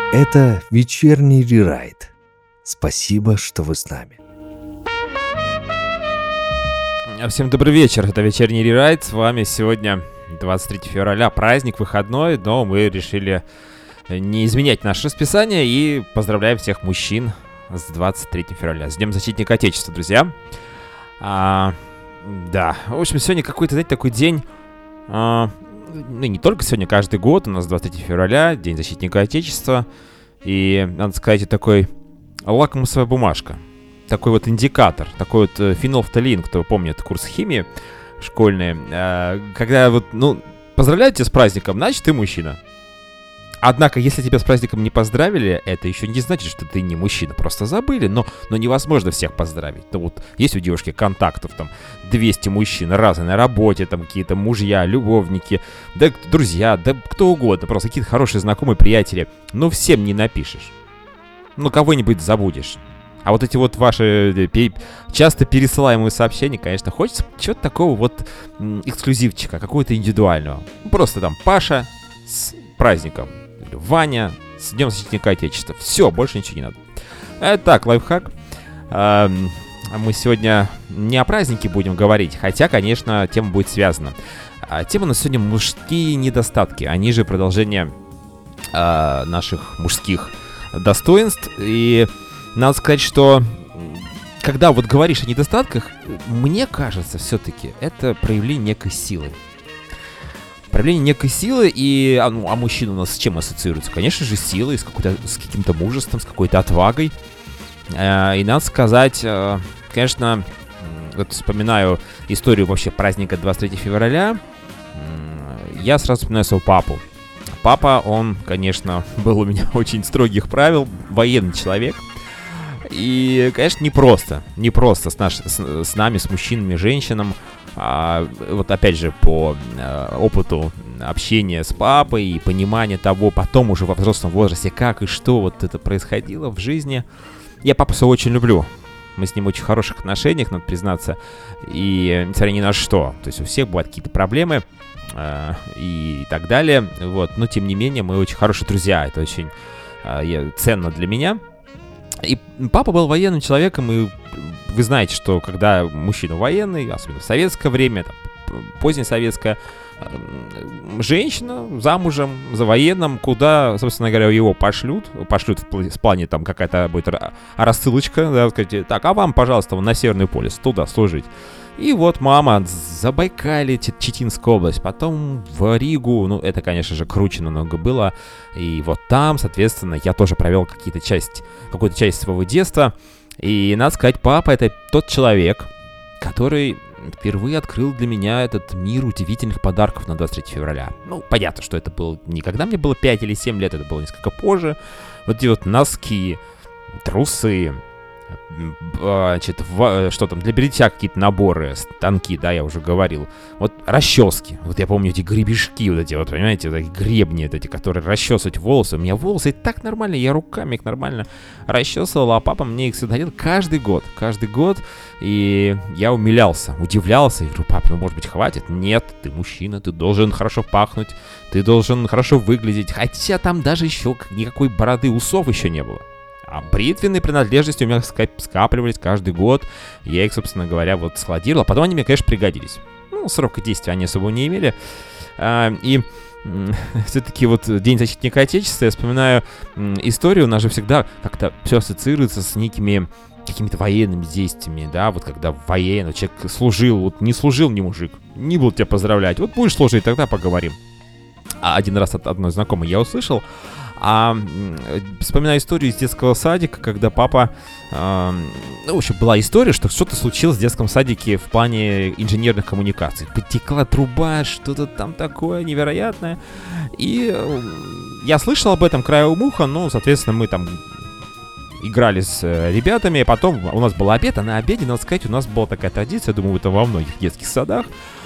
Это вечерний рерайт. Спасибо, что вы с нами. Всем добрый вечер, это вечерний рерайт. С вами сегодня 23 февраля, праздник, выходной, но мы решили не изменять наше расписание и поздравляем всех мужчин с 23 февраля. С Днем Защитника Отечества, друзья. Да, в общем, сегодня какой-то, знаете, такой день, ну не только сегодня, каждый год у нас 23 февраля, День Защитника Отечества. И, надо сказать, такой лакмусовая бумажка, такой вот индикатор, такой вот фенолфталин, кто помнит курс химии школьный, когда вот, поздравляют тебя с праздником, значит, ты мужчина. Однако, если тебя с праздником не поздравили, это еще не значит, что ты не мужчина. Просто забыли, но невозможно всех поздравить. Ну вот, есть у девушки контактов, там, 200 мужчин разные на работе, там, какие-то мужья, любовники, да, друзья, да, кто угодно, просто какие-то хорошие знакомые, приятели. Но всем не напишешь. Кого-нибудь забудешь. А вот эти вот ваши часто пересылаемые сообщения, конечно, хочется чего-то такого вот эксклюзивчика, какого-то индивидуального. Просто там Паша с праздником. Ваня с Днем Защитника Отечества. Все, больше ничего не надо. Так, лайфхак. Мы сегодня не о празднике будем говорить, хотя, конечно, тема будет связана. Тема у нас сегодня мужские недостатки. Они же продолжение наших мужских достоинств. И надо сказать, что когда вот говоришь о недостатках, мне кажется, все-таки это проявление некой силы. Проявление некой силы, и мужчина у нас с чем ассоциируется? Конечно же, силой, с каким-то мужеством, с какой-то отвагой. И надо сказать, конечно, вот вспоминаю историю вообще праздника 23 февраля, я сразу вспоминаю своего папу. Папа, он, конечно, был у меня очень строгих правил, военный человек. И, конечно, не просто с нами, с мужчинами, женщинам. Вот опять же по опыту общения с папой и понимания того, потом уже во взрослом возрасте, как и что вот это происходило в жизни. Я папу своего очень люблю. Мы с ним в очень хороших отношениях, надо признаться. И несмотря ни на что. То есть у всех бывают какие-то проблемы и так далее. Вот. Но тем не менее мы очень хорошие друзья. Это очень ценно для меня. И папа был военным человеком, и вы знаете, что когда мужчина военный, особенно в советское время, позднесоветское, женщина замужем за военным, куда, собственно говоря, его пошлют в плане, там какая-то будет рассылочка, да, сказать, так, а вам, пожалуйста, на Северный полюс, туда служить. И вот мама Забайкалье, Читинская область, потом в Ригу, это, конечно же, круче намного было, и вот там, соответственно, я тоже провел какую-то часть своего детства, и, надо сказать, папа — это тот человек, который впервые открыл для меня этот мир удивительных подарков на 23 февраля. Понятно, что это было не когда мне было 5 или 7 лет, это было несколько позже. Вот эти вот носки, трусы, что там, для бритья какие-то наборы, станки, да, я уже говорил. Вот расчески. Вот я помню эти гребешки, вот эти вот, понимаете, вот эти гребни, вот эти, которые расчесывать волосы. У меня волосы и так нормально, я руками их нормально расчесывал, а папа мне их всегда дарил каждый год. И я удивлялся. И говорю, пап, может быть, хватит? Нет, ты мужчина, ты должен хорошо пахнуть, ты должен хорошо выглядеть. Хотя там даже еще никакой бороды, усов еще не было. А бритвенные принадлежности у меня скапливались каждый год. Я их, собственно говоря, вот складировал. А потом они мне, конечно, пригодились. Срока действия они особо не имели. И все-таки вот День Защитника Отечества, я вспоминаю историю. У нас же всегда как-то все ассоциируется с некими какими-то военными действиями, да, вот когда военный человек служил, вот не служил ни мужик, не буду тебя поздравлять. Вот будешь служить, тогда поговорим. А один раз от одной знакомой я услышал, вспоминаю историю из детского садика, когда папа... в общем, была история, что что-то случилось в детском садике в плане инженерных коммуникаций. Потекла труба, что-то там такое невероятное. И я слышал об этом краем уха, соответственно, мы там играли с ребятами. Потом у нас был обед, а на обеде, надо сказать, у нас была такая традиция, думаю, это во многих детских садах.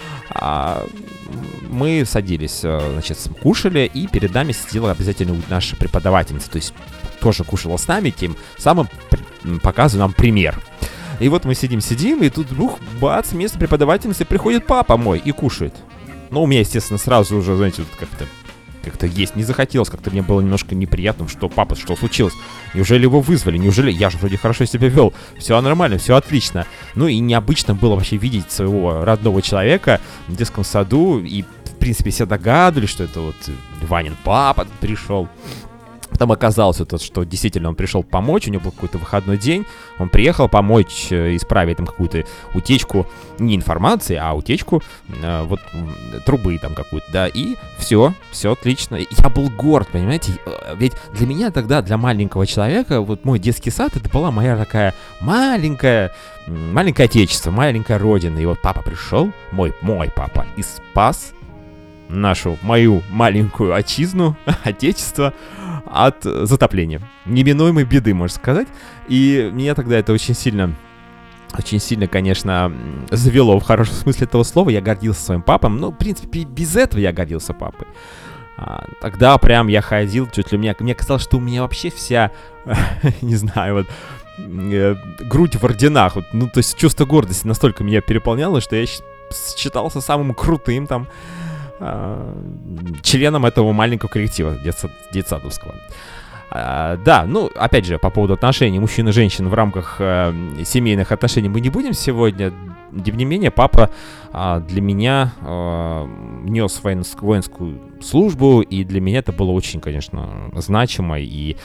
Мы садились, кушали, и перед нами сидела обязательно наша преподавательница, то есть тоже кушала с нами, тем самым показывая нам пример. И вот мы сидим, и тут вдруг, бац, вместо преподавательницы приходит папа мой и кушает. У меня, естественно, сразу уже, знаете, вот как-то Как-то есть не захотелось, как-то мне было немножко неприятно, что папа, что случилось? Неужели его вызвали? Неужели я же вроде хорошо себя вел? Все нормально, все отлично. Ну и необычно было вообще видеть своего родного человека в детском саду, и в принципе все догадывались, что это вот Ванин папа пришел. Потом оказалось, что действительно он пришел помочь, у него был какой-то выходной день, он приехал помочь исправить там какую-то утечку, не информации, а утечку вот трубы там какую-то, да, и все отлично. Я был горд, понимаете, ведь для меня тогда, для маленького человека, вот мой детский сад, это была моя такая маленькое отечество, маленькая родина, и вот папа пришел, мой папа, и спас мою маленькую отчизну, отечество от затопления. Неминуемой беды, можно сказать. И меня тогда это очень сильно, конечно, завело в хорошем смысле этого слова. Я гордился своим папой. Ну, в принципе, без этого я гордился папой. Тогда прям я ходил, чуть ли мне казалось, что у меня вообще вся, не знаю, вот, грудь в орденах. Вот, ну, то есть чувство гордости настолько меня переполняло, что я считался самым крутым там членом этого маленького коллектива детсадовского. Да, ну, опять же, по поводу отношений мужчин и женщин в рамках семейных отношений мы не будем сегодня. Тем не менее, папа для меня нес воинскую службу, и для меня это было очень, конечно, значимо, и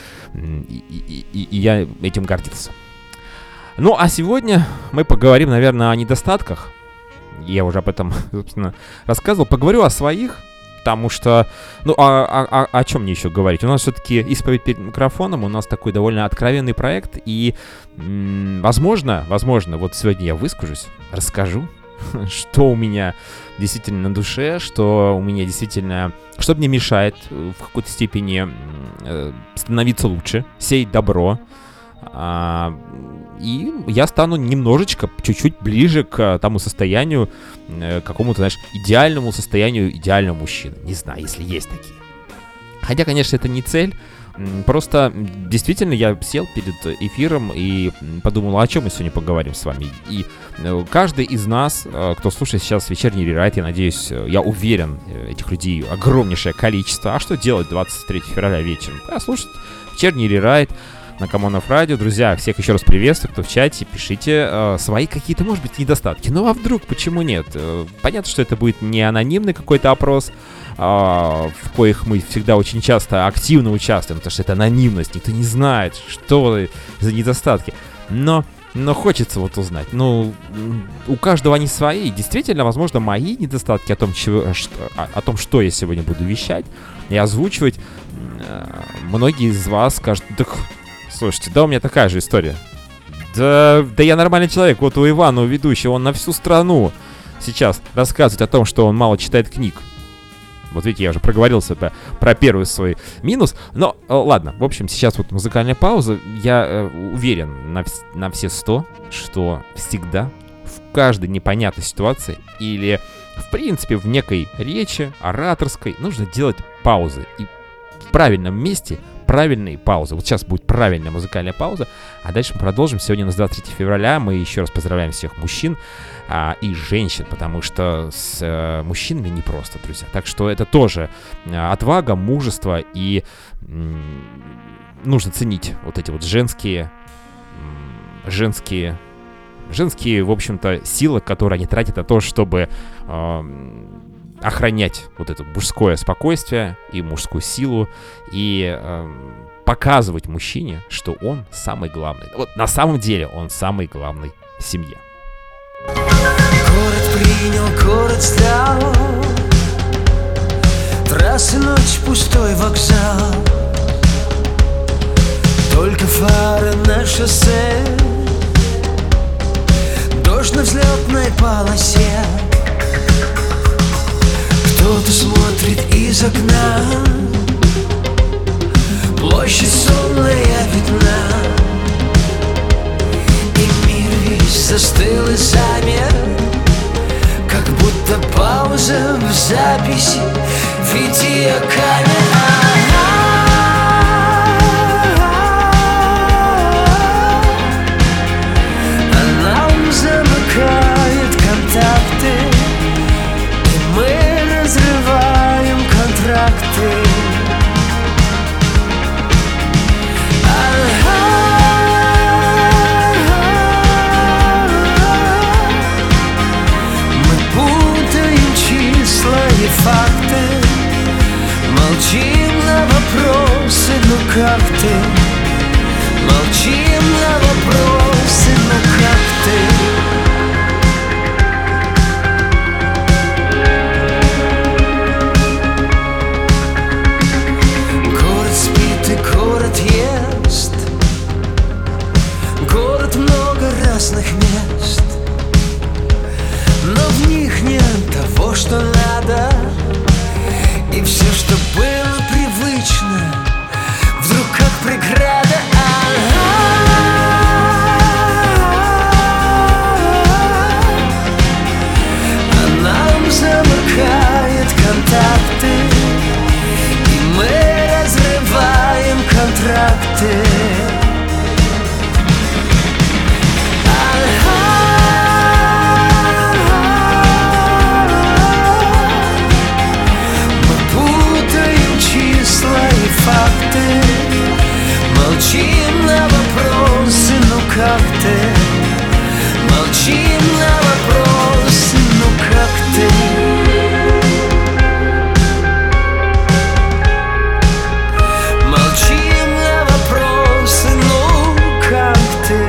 я этим гордился. Ну, а сегодня мы поговорим, наверное, о недостатках. Я уже об этом, собственно, рассказывал. Поговорю о своих, потому что, ну, о чем мне еще говорить? У нас все-таки исповедь перед микрофоном, у нас такой довольно откровенный проект, и, возможно, вот сегодня я выскажусь, расскажу, что у меня действительно на душе, что у меня действительно, что мне мешает в какой-то степени становиться лучше, сеять добро. И я стану немножечко, чуть-чуть ближе к тому состоянию, какому-то, знаешь, идеальному состоянию идеального мужчины. Не знаю, если есть такие. Хотя, конечно, это не цель. Просто действительно я сел перед эфиром и подумал, о чем мы сегодня поговорим с вами. И каждый из нас, кто слушает сейчас вечерний рерайт, я надеюсь, я уверен, этих людей огромнейшее количество. А что делать 23 февраля вечером? Слушать вечерний рерайт на Коммунов Радио. Друзья, всех еще раз приветствую, кто в чате, пишите свои какие-то, может быть, недостатки. Ну а вдруг, почему нет? Понятно, что это будет не анонимный какой-то опрос, в коих мы всегда очень часто активно участвуем, потому что это анонимность, никто не знает, что за недостатки. Но хочется вот узнать. Ну, у каждого они свои. И действительно, возможно, мои недостатки о том, что я сегодня буду вещать и озвучивать, многие из вас скажут, так... Слушайте, да у меня такая же история. Да я нормальный человек. Вот у Ивана, у ведущего, он на всю страну сейчас рассказывает о том, что он мало читает книг. Вот видите, я уже проговорился про первый свой минус. Но ладно, в общем, сейчас вот музыкальная пауза. Я уверен на все 100, что всегда в каждой непонятной ситуации или, в принципе, в некой речи ораторской нужно делать паузы. И в правильном месте правильные паузы. Вот сейчас будет правильная музыкальная пауза, а дальше мы продолжим. Сегодня у нас 23 февраля, мы еще раз поздравляем всех мужчин и женщин, потому что с мужчинами непросто, друзья. Так что это тоже отвага, мужество, и нужно ценить вот эти вот женские, в общем-то, силы, которые они тратят на то, чтобы охранять вот это мужское спокойствие и мужскую силу, и показывать мужчине, что он самый главный. Вот на самом деле он самый главный в семье. Город принял, город сдал, трассы, ночь, пустой вокзал, только фары на шоссе, дождь на взлетной полосе. Кто-то смотрит из окна, площадь сонная видна, и мир весь застыл и замер, как будто пауза в записи видеокамер. А нам замыкает контакты, разрываем контракты. как ты? Молчим на вопросы, ну как ты? Город спит и город ест, город много разных мест, но в них нет того, что надо. И все, что было привычно, вдруг как преграда. А нам замыкает контакты, и мы разрываем контракты. Факты. Молчим на вопросы, ну как ты? Молчим на вопросы, ну как ты? Молчим на вопросы, ну как ты?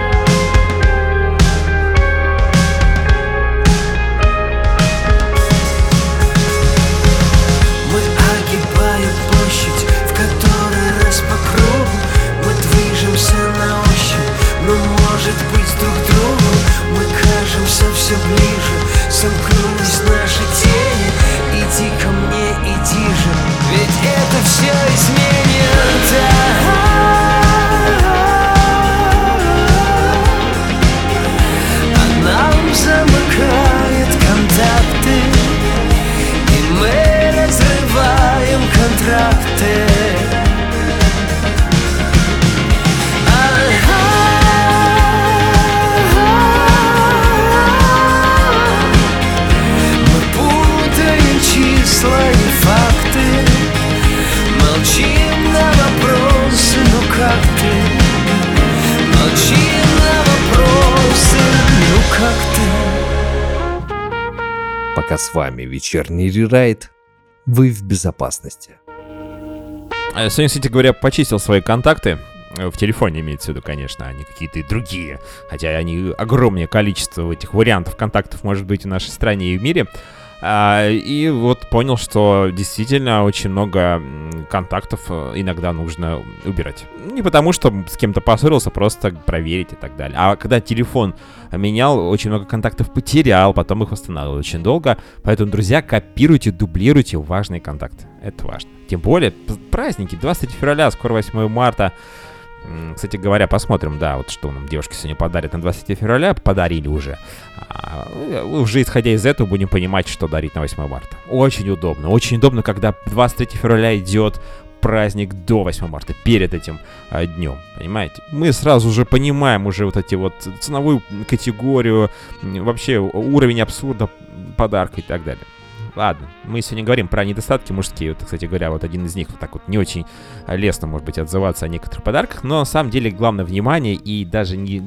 Мы огибаем площадь, который раз по кругу. Мы движемся на ощупь, но может быть друг другу. Мы кажемся все ближе, сомкнулись наши тени. Иди ко мне, иди же, ведь это все изменит. А нам замыкает контакты, и мы разрываем контракты. Мы путаем числа и факты, молчим на вопросы, ну как ты? Молчим на вопросы, ну как ты? Пока с вами вечерний рерайт, вы в безопасности. Сегодня, кстати говоря, почистил свои контакты. В телефоне имеется в виду, конечно, а не какие-то другие. Хотя они огромное количество этих вариантов контактов может быть в нашей стране и в мире. И вот понял, что действительно очень много контактов иногда нужно убирать. Не потому, что с кем-то поссорился, просто проверить и так далее. А когда телефон менял, очень много контактов потерял, потом их восстанавливал очень долго. Поэтому, друзья, копируйте, дублируйте важные контакты. Это важно. Тем более, праздники, 23 февраля, скоро 8 марта. Кстати говоря, посмотрим, да, вот что нам девушки сегодня подарят на 23 февраля. Подарили уже. Уже исходя из этого будем понимать, что дарить на 8 марта. Очень удобно. Очень удобно, когда 23 февраля идет праздник до 8 марта, перед этим днем, понимаете? Мы сразу же понимаем уже вот эти вот ценовую категорию, вообще уровень абсурда подарка и так далее. Ладно, мы сегодня говорим про недостатки мужские. Вот, кстати говоря, вот один из них вот так вот не очень лестно, может быть, отзываться о некоторых подарках, но на самом деле главное внимание и даже не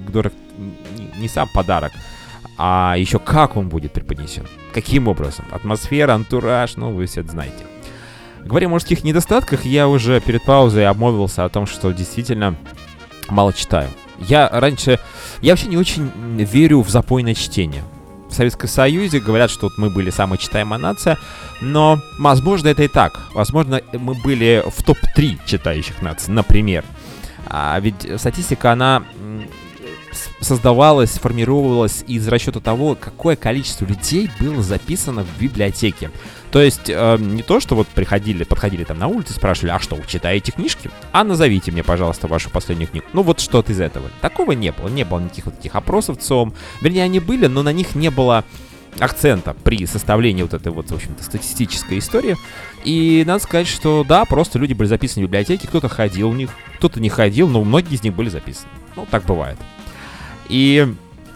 сам подарок, а еще как он будет преподнесен, каким образом, атмосфера, антураж, ну вы все это знаете. Говоря о мужских недостатках, я уже перед паузой обмолвился о том, что действительно мало читаю. Я вообще не очень верю в запойное чтение. В Советском Союзе говорят, что вот мы были самая читаемая нация, но, возможно, это и так. Возможно, мы были в топ-3 читающих наций, например. Ведь статистика, она создавалась, формировалась из расчета того, какое количество людей было записано в библиотеке. То есть не то, что вот подходили там на улице, спрашивали, а что, вы читаете книжки? А назовите мне, пожалуйста, вашу последнюю книгу. Ну вот что-то из этого. Такого не было никаких вот таких опросов ЦИОМ. Вернее, они были, но на них не было акцента при составлении вот этой вот, в общем-то, статистической истории. И надо сказать, что да, просто люди были записаны в библиотеке, кто-то ходил в них, кто-то не ходил, но многие из них были записаны. Ну, так бывает. И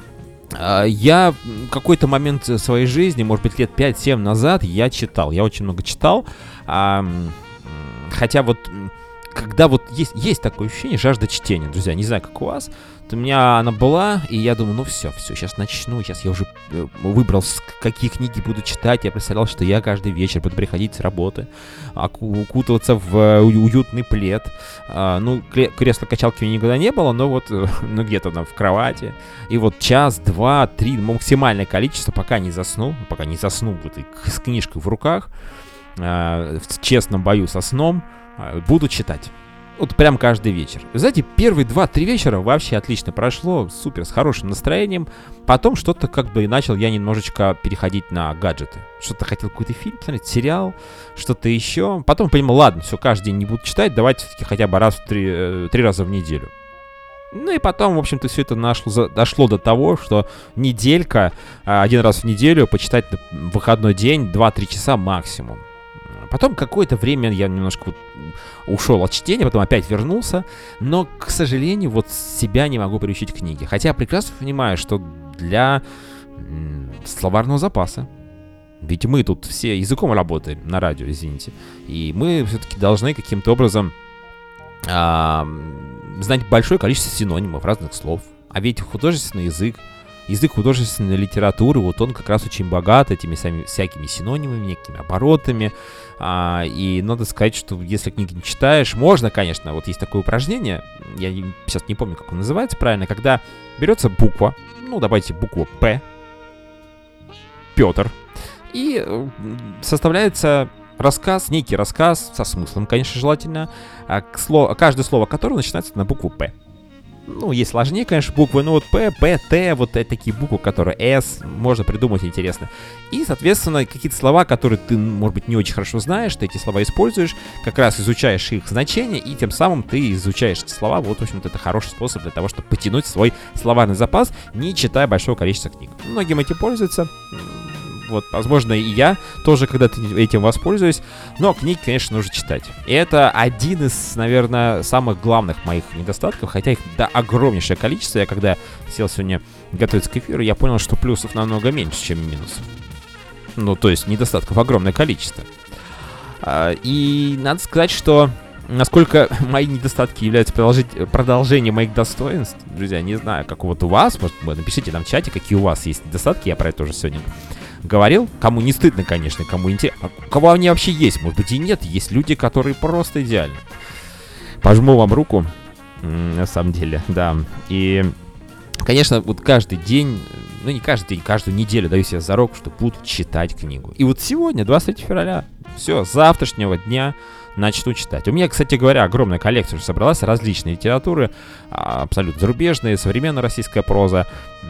я в какой-то момент своей жизни, может быть, лет 5-7 назад, я очень много читал. Хотя вот когда вот есть такое ощущение, жажда чтения, друзья, не знаю, как у вас, у меня она была, и я думаю, ну все, сейчас начну, сейчас я уже выбрал, какие книги буду читать, я представлял, что я каждый вечер буду приходить с работы, укутываться в уютный плед, кресла-качалки у меня никогда не было, но вот, где-то там в кровати, и вот час, два, три, максимальное количество, пока не засну вот с книжкой в руках, в честном бою со сном, буду читать. Вот прям каждый вечер. Знаете, первые 2-3 вечера вообще отлично прошло, супер, с хорошим настроением. Потом что-то как бы начал я немножечко переходить на гаджеты. Что-то хотел какой-то фильм посмотреть, сериал, что-то еще. Потом понимал, ладно, все, каждый день не буду читать, давайте все-таки хотя бы раз в 3 раза в неделю. Ну и потом, в общем-то, все это дошло до того, что неделька, 1 раз в неделю почитать в выходной день 2-3 часа максимум. Потом какое-то время я немножко ушел от чтения, потом опять вернулся, но, к сожалению, вот себя не могу приучить к книге. Хотя я прекрасно понимаю, что для словарного запаса, ведь мы тут все языком работаем на радио, извините, и мы все-таки должны каким-то образом знать большое количество синонимов разных слов. А ведь художественный язык художественной литературы, вот он как раз очень богат этими всякими синонимами, некими оборотами. И надо сказать, что если книги не читаешь, можно, конечно, вот есть такое упражнение, я сейчас не помню, как он называется правильно, когда берется буква, ну давайте букву П, Петр, и составляется некий рассказ со смыслом, конечно, желательно, каждое слово которого начинается на букву П. Ну, есть сложнее, конечно, буквы, но вот П, П, Т, вот это такие буквы, которые С, можно придумать интересно. И, соответственно, какие-то слова, которые ты, может быть, не очень хорошо знаешь, ты эти слова используешь, как раз изучаешь их значение, и тем самым ты изучаешь эти слова. Вот, в общем-то, это хороший способ для того, чтобы потянуть свой словарный запас, не читая большого количества книг. Многим этим пользуются. Вот, возможно, и я тоже когда-то этим воспользуюсь. Но книги, конечно, нужно читать. И это один из, наверное, самых главных моих недостатков. Хотя их огромнейшее количество. Я когда сел сегодня готовиться к эфиру, я понял, что плюсов намного меньше, чем минусов. Ну, то есть недостатков огромное количество. И надо сказать, что насколько мои недостатки являются продолжением моих достоинств, друзья, не знаю, как вот у вас. Может, вы напишите нам в чате, какие у вас есть недостатки. Я про это уже сегодня говорил. Кому не стыдно, конечно, кому интересно. У кого они вообще есть? Может быть и нет. Есть люди, которые просто идеальны. Пожму вам руку. На самом деле, да. И, конечно, вот каждый день, ну не каждый день, каждую неделю даю себе зарок, что буду читать книгу. И вот сегодня, 23 февраля, все, с завтрашнего дня начну читать. У меня, кстати говоря, огромная коллекция уже собралась различной литературы, абсолютно зарубежная, современная российская проза.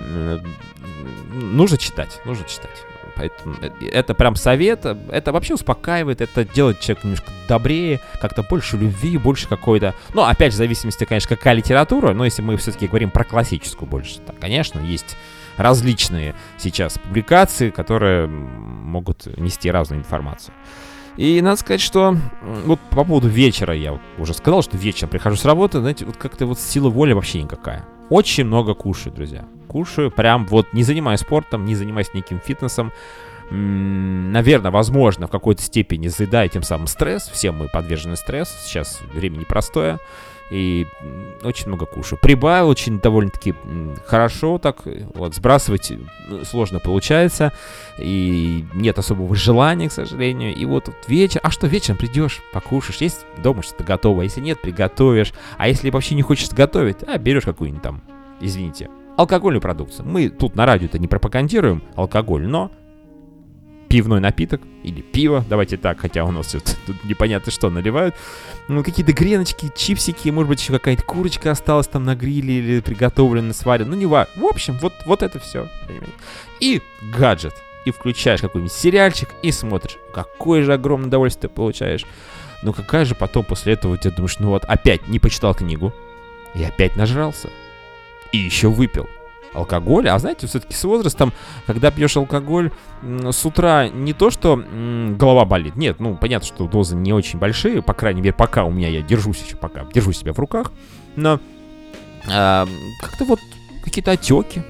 Нужно читать. Поэтому это прям совет, это вообще успокаивает, это делает человека немножко добрее, как-то больше любви, больше какой-то... Ну, опять же, в зависимости, конечно, какая литература, но если мы все-таки говорим про классическую больше, то, конечно, есть различные сейчас публикации, которые могут нести разную информацию. И надо сказать, что вот по поводу вечера, я вот уже сказал, что вечером прихожу с работы, знаете, вот как-то вот сила воли вообще никакая. Очень много кушаю, друзья. Кушаю прям вот, не занимаюсь спортом, не занимаюсь неким фитнесом. Наверное, возможно, в какой-то степени заедаю тем самым стресс. Все мы подвержены стрессу, сейчас время непростое. И очень много кушаю. Прибавил очень довольно-таки хорошо так. Вот, сбрасывать сложно получается. И нет особого желания, к сожалению. И вот вечер. А что, вечером придешь, покушаешь. Есть дома что-то готовое. Если нет, приготовишь. А если вообще не хочешь готовить, берешь какую-нибудь там, извините, алкогольную продукцию. Мы тут на радио-то не пропагандируем алкоголь, но пивной напиток или пиво, давайте так, хотя у нас тут непонятно что наливают. Ну, какие-то греночки, чипсики, может быть, еще какая-то курочка осталась там на гриле или приготовлена, сварена. Ну, не важно. В общем, вот это все. И гаджет. И включаешь какой-нибудь сериальчик и смотришь. Какое же огромное удовольствие ты получаешь. Ну, какая же потом после этого ты думаешь, ну вот, опять не почитал книгу. И опять нажрался. И еще выпил алкоголь. А знаете, все-таки с возрастом, когда пьешь алкоголь, с утра не то, что голова болит. Нет, ну, понятно, что дозы не очень большие. По крайней мере, пока у меня, я держу себя в руках. Но как-то вот какие-то отеки.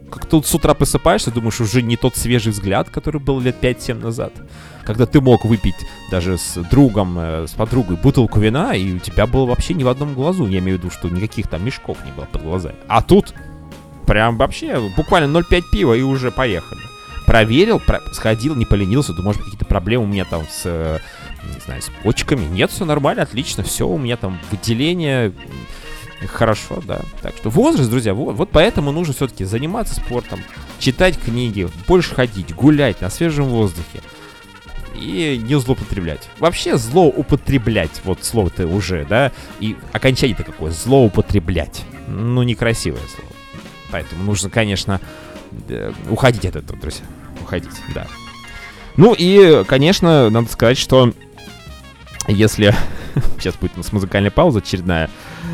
Как ты с утра просыпаешься, думаешь, уже не тот свежий взгляд, который был лет 5-7 назад. Когда ты мог выпить даже с другом, с подругой бутылку вина, и у тебя было вообще ни в одном глазу. Я имею в виду, что никаких там мешков не было под глазами. А тут прям вообще буквально 0,5 пива и уже поехали. Проверил, сходил, не поленился. Думаю, может, какие-то проблемы у меня там с, не знаю, с почками. Нет, все нормально, отлично, все, у меня там выделение... Хорошо, да. Так что возраст, друзья, вот поэтому нужно все-таки заниматься спортом, читать книги, больше ходить, гулять на свежем воздухе и не злоупотреблять. Вообще злоупотреблять, вот слово-то уже, да, и окончание-то какое, злоупотреблять. Ну, некрасивое слово. Поэтому нужно, конечно, уходить от этого, друзья. Уходить, да. Ну и, конечно, надо сказать, что если... Сейчас будет у нас музыкальная пауза очередная.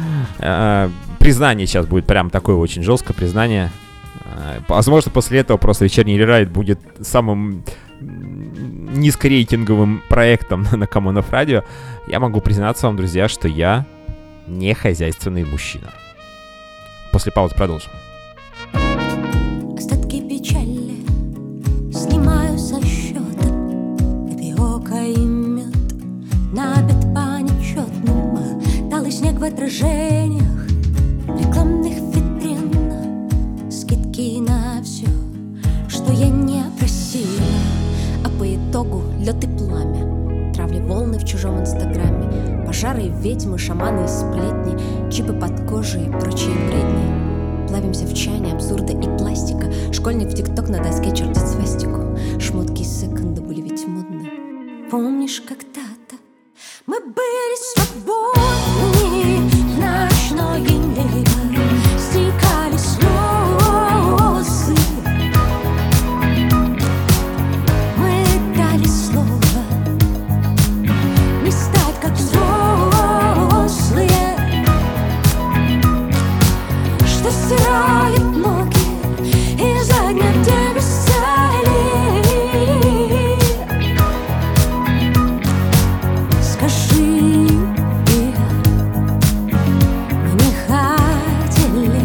Признание сейчас будет прям такое очень жесткое признание. Возможно, после этого просто вечерний рерайт будет самым низкорейтинговым проектом на Common of Radio. Я могу признаться вам, друзья, что я не хозяйственный мужчина. После паузы продолжим. Остатки печали снимаю со счета. Эпиока и мед набит по нечетным. Талый снег в отражениях рекламных витрин. Скидки на все, что я не просила. А по итогу лед и пламя, травли волны в чужом инстаграме, пожары и ведьмы, шаманы и сплетни, чипы под кожей и прочие бредни. Плавимся в чане абсурда и пластика. Школьник в тикток на доске чертит свастику. Шмотки из секонда были ведь модны. Помнишь, когда-то мы были свободны, в ночное небо стекали слезы. Мы дали слово не стать как взрослые, что стирает ноги изо дня в день без цели. Скажи, мы не хотели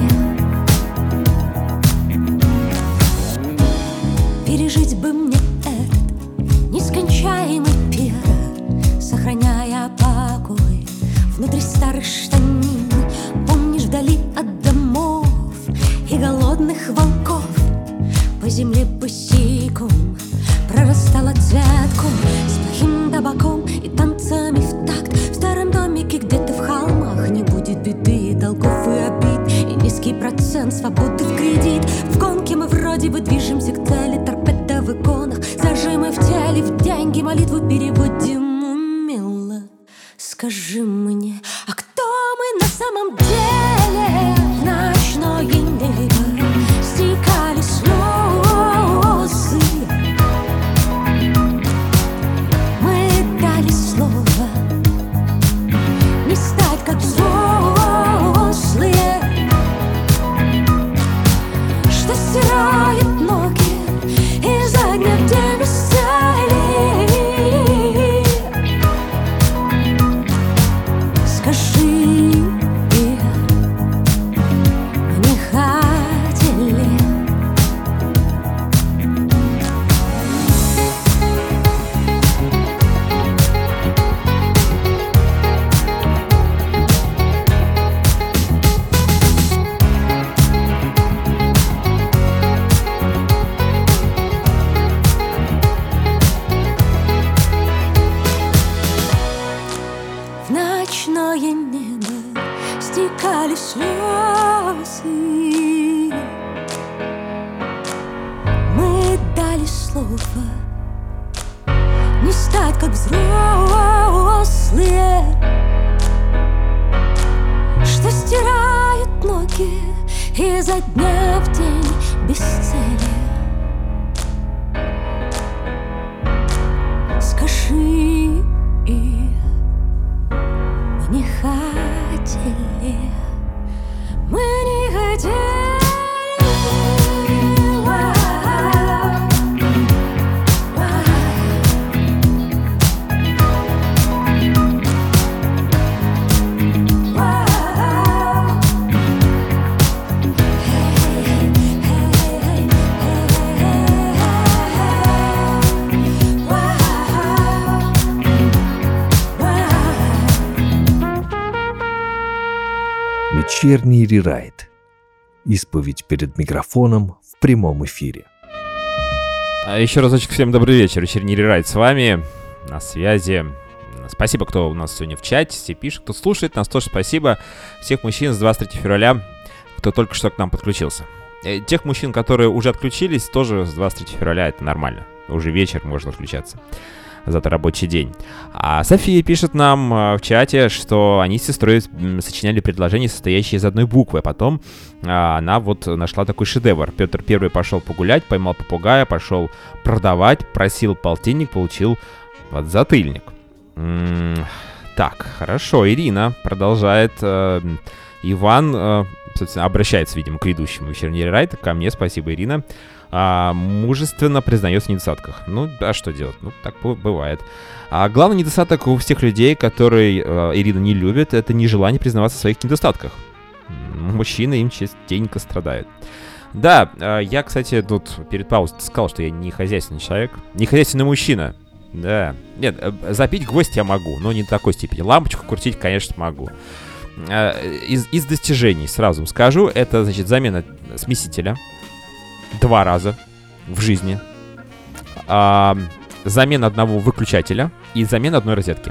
пережить бы мне этот нескончаемый пир, сохраняя покой внутри старых штанин. Помнишь, вдали от домов и голодных волков по земле босиком прорастала цветком с плохим табаком и танцами в такт. В старом домике где-то в холмах не будет беды, долгов и обид, и низкий процент свободы в кредит. В гонке мы вроде бы движемся к цели, торпеда в иконах, зажимы в теле, в деньги молитву переводим умело. Скажи мне, а кто мы на самом деле? В ночное небо стекали слезы. Мы дали слово не стать как взрослые, что стирает ноги изо дня в день без цели. Скажи, мы не хотели. В ночное небо стекали слезы. Мы дали слово не стать как взрослые, что стирают ноги изо дня в день без цели. Скажи, мы не хотели, мы не хотели. Вечерний рерайт. Исповедь перед микрофоном в прямом эфире. Еще разочек всем добрый вечер. Вечерний рерайт с вами. На связи. Спасибо, кто у нас сегодня в чате, все пишет, кто слушает нас, тоже спасибо. Всех мужчин с 23 февраля, кто только что к нам подключился. Тех мужчин, которые уже отключились, тоже с 23 февраля, это нормально. Уже вечер, можно отключаться. Завтра рабочий день. А София пишет нам в чате, что они с сестрой сочиняли предложения, состоящие из одной буквы. А потом она вот нашла такой шедевр. Петр Первый пошел погулять, поймал попугая, пошел продавать, просил полтинник, получил подзатыльник. Так, хорошо. Ирина продолжает. Иван, собственно, обращается, видимо, к ведущему вечерний рерайт. Ко мне, спасибо, Ирина. Мужественно признается в недостатках. Ну, а что делать? Ну, так бывает. Главный недостаток у всех людей, которые Ирина не любит, это нежелание признаваться в своих недостатках. Мужчины им частенько страдают. Да, я, кстати, тут перед паузой сказал, что я не хозяйственный человек, не хозяйственный мужчина. Да. Нет, запить гвоздь я могу, но не до такой степени. Лампочку крутить, конечно, могу. Из достижений сразу вам скажу, это, значит, замена смесителя 2 раза в жизни, замена одного выключателя и замена одной розетки.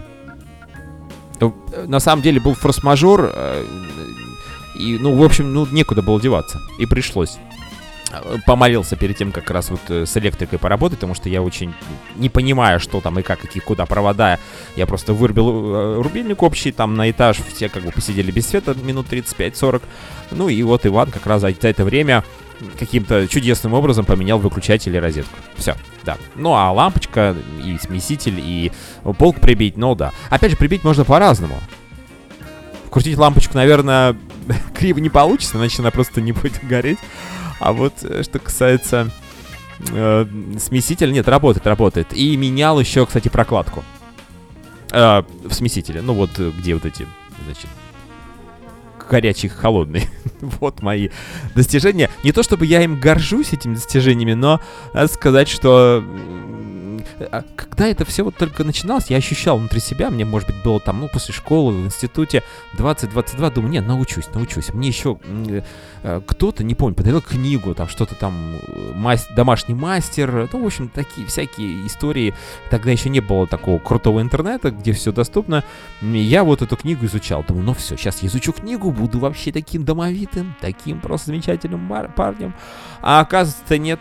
На самом деле был форс-мажор, и, ну, в общем, ну, некуда было деваться, и пришлось. Помолился перед тем, как раз вот с электрикой поработать, потому что я очень не понимаю, что там и как, какие куда провода. Я просто вырубил рубильник общий, там на этаж все как бы посидели без света минут 35-40. Ну и вот Иван как раз за это время каким-то чудесным образом поменял выключатель и розетку. Все, да. Ну а лампочка и смеситель, и полк прибить, ну да. Опять же, прибить можно по-разному. Крутить лампочку, наверное, криво не получится, иначе она просто не будет гореть. А вот что касается смесителя, нет, работает. И менял еще, кстати, прокладку в смесителе. Ну вот, где вот эти, значит, горячие, холодные. Вот мои достижения. Не то чтобы я им горжусь, этими достижениями, но надо сказать, что когда это все вот только начиналось, я ощущал внутри себя, мне, может быть, было там, ну, после школы, в институте 20-22, думаю, нет, научусь. Мне еще кто-то, не помню, подарил книгу, там, что-то там, домашний мастер, ну, в общем, такие всякие истории. Тогда еще не было такого крутого интернета, где все доступно. Я вот эту книгу изучал, думаю, ну, все, сейчас я изучу книгу, буду вообще таким домовитым, таким просто замечательным парнем. А оказывается, нет.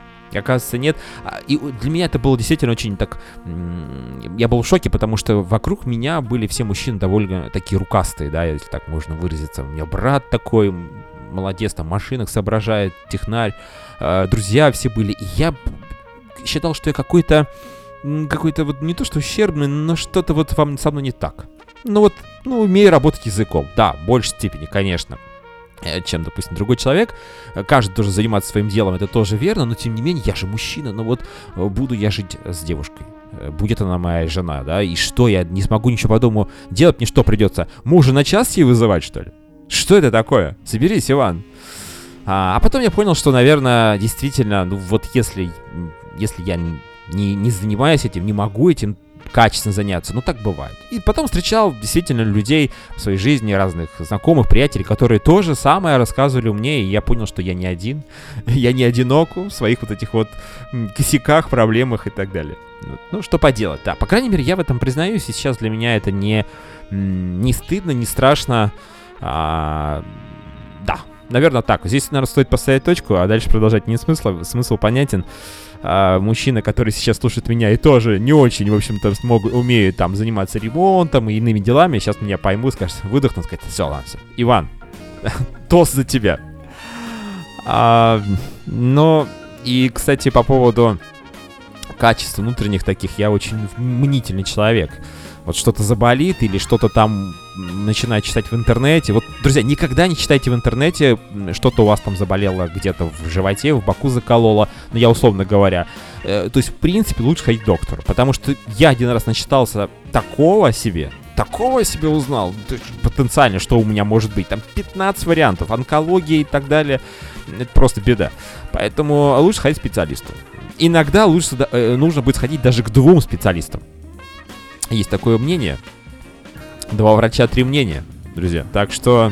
И для меня это было действительно очень так... Я был в шоке, потому что вокруг меня были все мужчины довольно такие рукастые, да, если так можно выразиться. У меня брат такой, молодец, там, в машинах соображает, технарь. Друзья все были. И я считал, что я какой-то вот не то что ущербный, но что-то вот со мной не так. Ну, умею работать языком. Да, в большей степени, конечно, чем, допустим, другой человек. Каждый должен заниматься своим делом, это тоже верно, но тем не менее, я же мужчина, но вот буду я жить с девушкой, будет она моя жена, да, и что, я не смогу ничего по дому делать, мне что придется, мужа на час ей вызывать, что ли? Что это такое? Соберись, Иван. А потом я понял, что, наверное, действительно, ну вот если я не занимаюсь этим, не могу этим качественно заняться, ну так бывает. И потом встречал действительно людей в своей жизни, разных знакомых, приятелей, которые то же самое рассказывали мне, и я понял, что я не один, я не одинок в своих вот этих вот косяках, проблемах и так далее. Ну, что поделать, да, по крайней мере, я в этом признаюсь, и сейчас для меня это не стыдно, не страшно, да, наверное, так. Здесь, наверное, стоит поставить точку, а дальше продолжать нет смысла, смысл понятен. Мужчина, который сейчас слушает меня и тоже не очень, в общем-то, умеют там заниматься ремонтом и иными делами, сейчас меня поймут, скажут, выдохнут, скажут, все, ладно, все. Иван, тост за тебя. Но, и, кстати, по поводу качеств внутренних таких, я очень мнительный человек. Вот что-то заболит или что-то там начинаю читать в интернете. Вот, друзья, никогда не читайте в интернете, что-то у вас там заболело где-то в животе, в боку закололо, ну, я условно говоря. То есть, в принципе, лучше ходить к доктору, потому что я один раз начитался такого себе узнал, потенциально, что у меня может быть. Там 15 вариантов, онкология и так далее. Это просто беда. Поэтому лучше ходить к специалисту. Иногда нужно будет сходить даже к 2 специалистам. Есть такое мнение. 2 врача, 3 мнения, друзья. Так что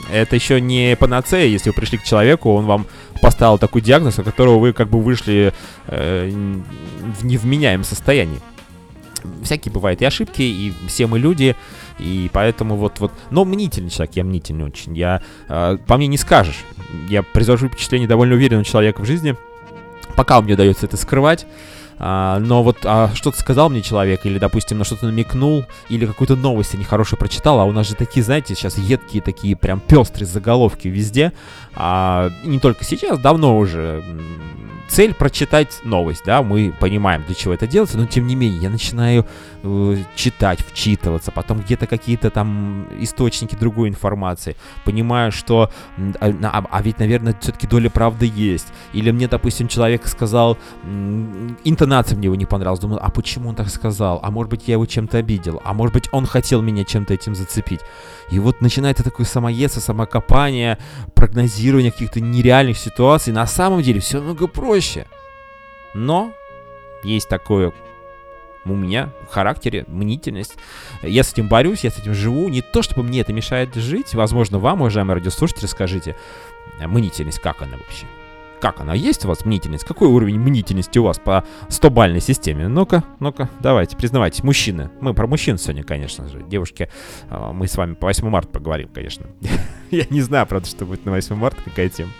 Это еще не панацея, если вы пришли к человеку, он вам поставил такой диагноз, от которого вы как бы вышли в невменяемом состоянии. Всякие бывают и ошибки, и все мы люди, и поэтому вот. Но мнительный человек, я мнительный очень. По мне не скажешь. Я произвожу впечатление довольно уверенного человека в жизни, пока мне удается это скрывать. Но вот что-то сказал мне человек, или, допустим, на что-то намекнул, или какую-то новость я нехорошую прочитал, а у нас же такие, знаете, сейчас едкие такие прям пестрые заголовки везде, не только сейчас, давно уже. Цель прочитать новость, да, мы понимаем, для чего это делается, но тем не менее я начинаю читать, вчитываться, потом где-то какие-то там источники другой информации, понимаю, что, ведь, наверное, все-таки доля правды есть, или мне, допустим, человек сказал, интонация мне его не понравилась, думаю, а почему он так сказал, а может быть я его чем-то обидел, а может быть он хотел меня чем-то этим зацепить, и вот начинается такое самоедство, самокопание, прогнозирование каких-то нереальных ситуаций, на самом деле все много проще. Но есть такое у меня в характере, мнительность. Я с этим борюсь, я с этим живу. Не то, чтобы мне это мешает жить. Возможно, вам, уважаемые радиослушатели, скажите, мнительность, как она вообще? Как она? Есть у вас мнительность? Какой уровень мнительности у вас по 100-бальной системе? Ну-ка, давайте, признавайтесь. Мужчины. Мы про мужчин сегодня, конечно же. Девушки, мы с вами по 8 марта поговорим, конечно. Я не знаю, правда, что будет на 8 марта, какая тема.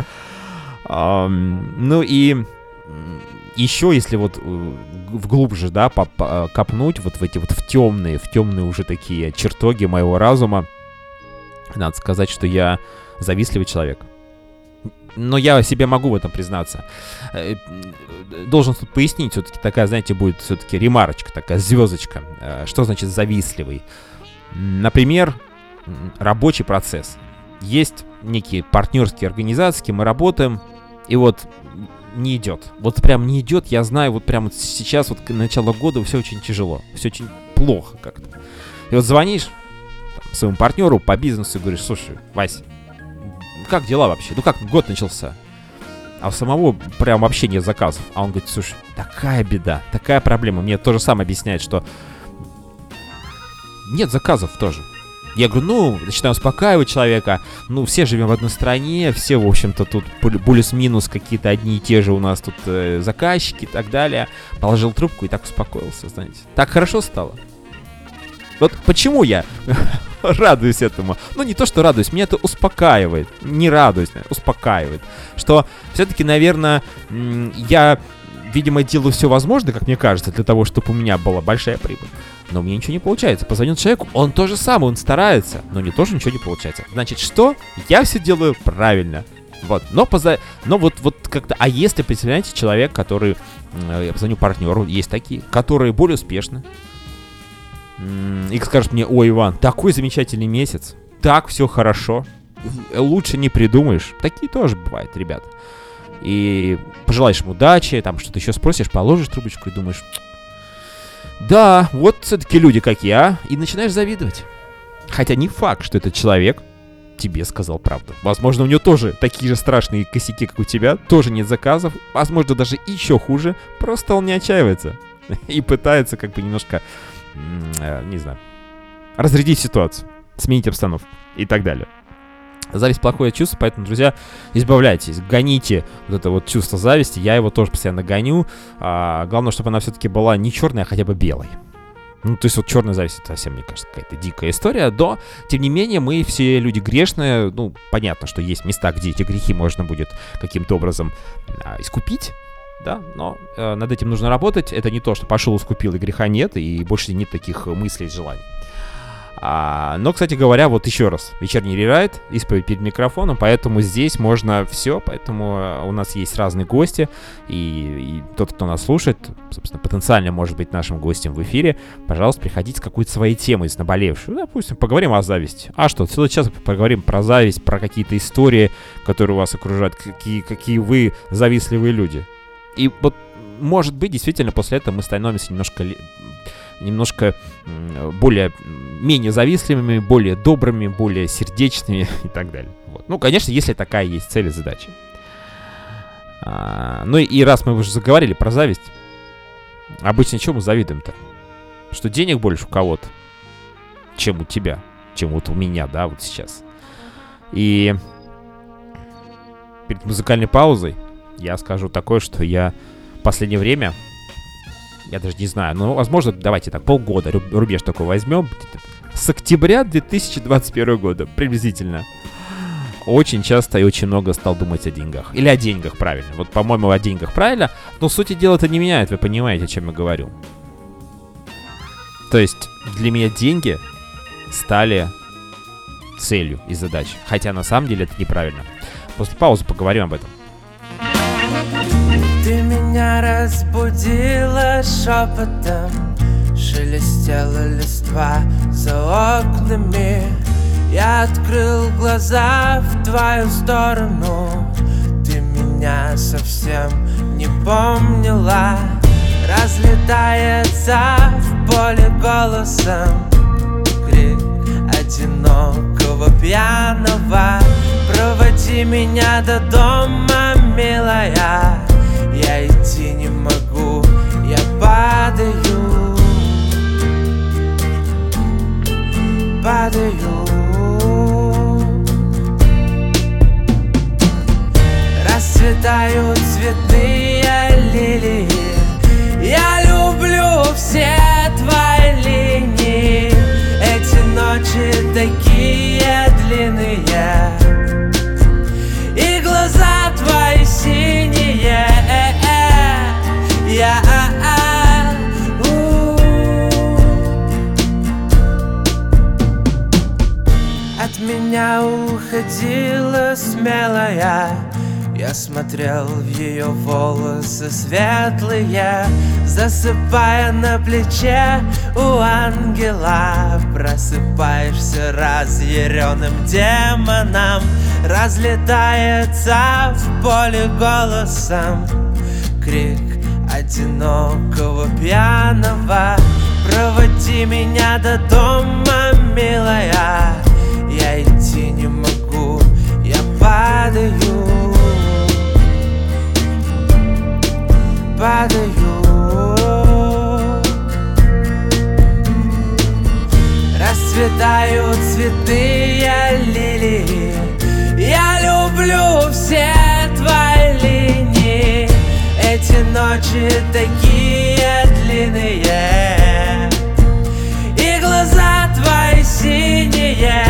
Ну и еще, если вот вглубже, да, копнуть вот в эти вот в темные уже такие чертоги моего разума, надо сказать, что я завистливый человек. Но я себе могу в этом признаться. Должен тут пояснить, все-таки такая, знаете, будет все-таки ремарочка, такая звездочка. Что значит завистливый? Например, рабочий процесс. Есть некие партнерские организации, мы работаем, и вот не идет. Вот прям не идет, я знаю, вот прямо сейчас, вот начало года, все очень тяжело, все очень плохо как-то. И вот звонишь своему партнеру по бизнесу и говоришь, слушай, Вась, как дела вообще? Ну как год начался? А у самого прям вообще нет заказов. А он говорит, слушай, такая беда, такая проблема. Мне то же самое объясняет, что нет заказов тоже. Я говорю, начинаю успокаивать человека. Все живем в одной стране, все, в общем-то, тут плюс-минус какие-то одни и те же у нас тут заказчики и так далее. Положил трубку и так успокоился, знаете. Так хорошо стало. Вот почему я радуюсь этому? Не то, что радуюсь, меня это успокаивает. Не радуюсь, успокаивает. Что все-таки, наверное, я, видимо, делаю все возможное, как мне кажется, для того, чтобы у меня была большая прибыль. Но мне ничего не получается. Позвонил человеку, он то же самое, он старается, но не тоже ничего не получается. Значит, что? Я все делаю правильно. Вот. Но вот как-то... А если, представляете, человек, который... Я позвоню партнеру, есть такие, которые более успешны. И скажет мне, ой, Иван, такой замечательный месяц, так все хорошо, лучше не придумаешь. Такие тоже бывают, ребята. И пожелаешь ему удачи, там что-то еще спросишь, положишь трубочку и думаешь, да, вот все-таки люди как я, и начинаешь завидовать. Хотя не факт, что этот человек тебе сказал правду. Возможно, у него тоже такие же страшные косяки, как у тебя, тоже нет заказов, возможно, даже еще хуже, просто он не отчаивается и пытается как бы немножко, не знаю, разрядить ситуацию, сменить обстановку и так далее. Зависть — плохое чувство, поэтому, друзья, избавляйтесь, гоните вот это вот чувство зависти. Я его тоже постоянно гоню. Главное, чтобы она все-таки была не черная, а хотя бы белой. То есть вот черная зависть — это совсем, мне кажется, какая-то дикая история. Но, тем не менее, мы все люди грешные. Понятно, что есть места, где эти грехи можно будет каким-то образом искупить. Да, но над этим нужно работать. Это не то, что пошел, искупил, и греха нет, и больше нет таких мыслей и желаний. Но, кстати говоря, вот еще раз, вечерний рерайт, исповедь перед микрофоном, поэтому здесь можно все, поэтому у нас есть разные гости, и тот, кто нас слушает, собственно, потенциально может быть нашим гостем в эфире, пожалуйста, приходите с какой-то своей темой, с наболевшей. Допустим, поговорим о зависти. А что, целый час поговорим про зависть, про какие-то истории, которые вас окружают, какие вы завистливые люди. И вот, может быть, действительно, после этого мы становимся немножко менее завистливыми, более добрыми, более сердечными и так далее. Вот. Конечно, если такая есть цель и задача. И раз мы уже заговорили про зависть, обычно чему мы завидуем-то? Что денег больше у кого-то, чем у тебя, чем вот у меня, да, вот сейчас. И перед музыкальной паузой я скажу такое, что я в последнее время, я даже не знаю, ну, возможно, давайте так, полгода, рубеж такой возьмем, с октября 2021 года, приблизительно, очень часто и очень много стал думать о деньгах. Или о деньгах, правильно. Вот, по-моему, о деньгах правильно, но сути дела это не меняет, вы понимаете, о чем я говорю. То есть, для меня деньги стали целью и задачей. Хотя, на самом деле, это неправильно. После паузы поговорим об этом. Ты меня разбудила шепотом, шелестела листва за окнами. Я открыл глаза в твою сторону. Ты меня совсем не помнила. Разлетается в поле голосом крик одинокого пьяного. Проводи меня до дома, милая. Я идти не могу, я падаю. Падаю. Расцветают цветные лилии. Я люблю все твои линии. Эти ночи такие длинные, и глаза твои синие. От меня уходила смелая. Я смотрел в ее волосы светлые, засыпая на плече у ангела. Просыпаешься разъяренным демоном. Разлетается в поле голосом крик одинокого пьяного. Проводи меня до дома, милая. Я идти не могу, я падаю. Падаю. Расцветают цветные лилии. Я люблю все твои линии. Эти ночи такие длинные, и глаза твои синие.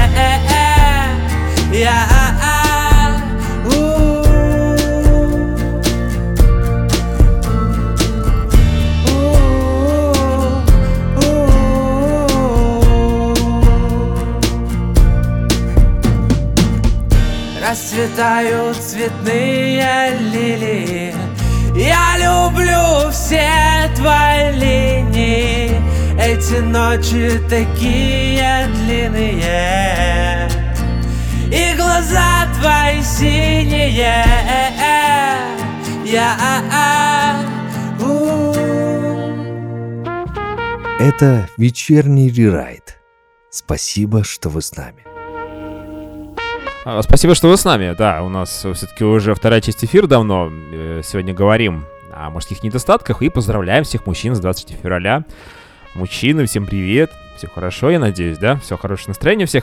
Расцветают цветные лилии. Я люблю все твои линии. Эти ночи такие длинные, и глаза твои синие. Это вечерний рерайт. Спасибо, что вы с нами. Спасибо, что вы с нами. Да, у нас все-таки уже вторая часть эфира давно. Сегодня говорим о мужских недостатках и поздравляем всех мужчин с 23 февраля. Мужчины, всем привет. Все хорошо, я надеюсь, да? Все хорошее настроение у всех.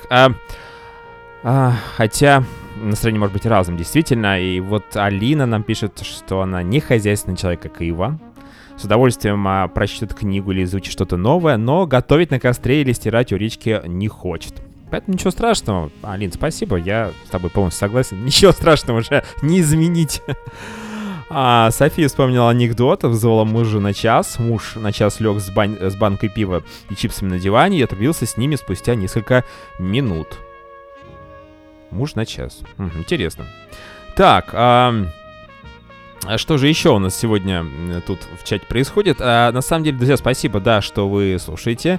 Хотя настроение может быть разным, действительно. И вот Алина нам пишет, что она не хозяйственный человек, как и Иван. С удовольствием прочтет книгу или изучит что-то новое, но готовить на костре или стирать у речки не хочет. Поэтому ничего страшного. Алин, спасибо, я с тобой полностью согласен. Ничего страшного уже не изменить. София вспомнила анекдот, вызвала мужа на час. Муж на час лег с банкой пива и чипсами на диване и отрубился с ними спустя несколько минут. Муж на час. Интересно. Так, что же еще у нас сегодня тут в чате происходит? На самом деле, друзья, спасибо, да, что вы слушаете.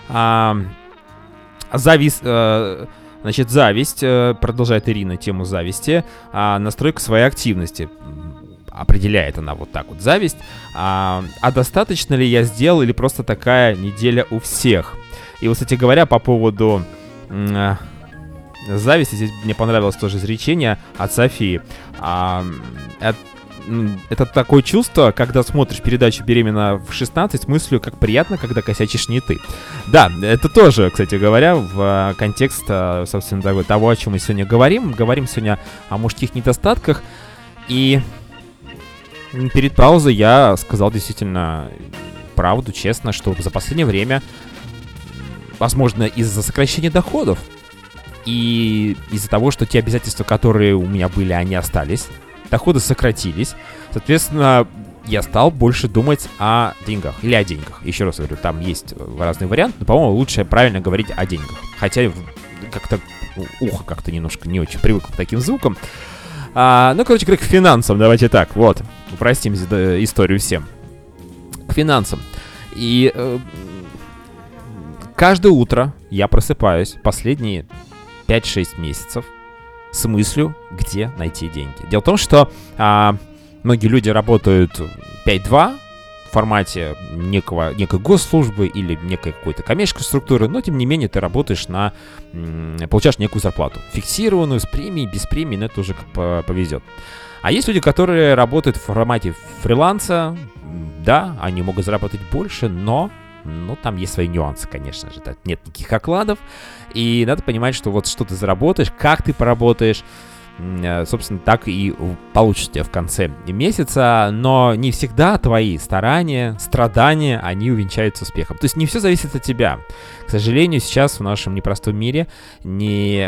Зависть, продолжает Ирина тему зависти. Настройка своей активности. Определяет она вот так вот зависть. А достаточно ли я сделал или просто такая неделя у всех? И вот, кстати говоря, по поводу зависти, здесь мне понравилось тоже изречение от Софии. это такое чувство, когда смотришь передачу «Беременна в 16» с мыслью, как приятно, когда косячишь не ты. Да, это тоже, кстати говоря, в контекст, собственно, того, о чем мы сегодня говорим. Говорим сегодня о мужских недостатках. И перед паузой я сказал действительно правду, честно, что за последнее время, возможно, из-за сокращения доходов и из-за того, что те обязательства, которые у меня были, они остались, доходы сократились. Соответственно, я стал больше думать о деньгах. Или о деньгах. Еще раз говорю, там есть разные варианты, но, по-моему, лучше правильно говорить о деньгах. Хотя как-то ухо как-то немножко не очень привыкло к таким звукам. Короче говоря, к финансам. Давайте так, вот. Упростим историю всем. К финансам. И каждое утро я просыпаюсь последние 5-6 месяцев с мыслью, где найти деньги. Дело в том, что многие люди работают 5-2 в формате некой госслужбы или некой какой-то коммерческой структуры, но тем не менее ты работаешь получаешь некую зарплату. Фиксированную, с премией, без премии, но это уже как повезет. А есть люди, которые работают в формате фриланса. Да, они могут заработать больше, но там есть свои нюансы, конечно же. Нет никаких окладов. И надо понимать, что вот что ты заработаешь, как ты поработаешь, собственно, так и получишь тебя в конце месяца. Но не всегда твои старания, страдания, они увенчаются успехом. То есть не все зависит от тебя. К сожалению, сейчас в нашем непростом мире не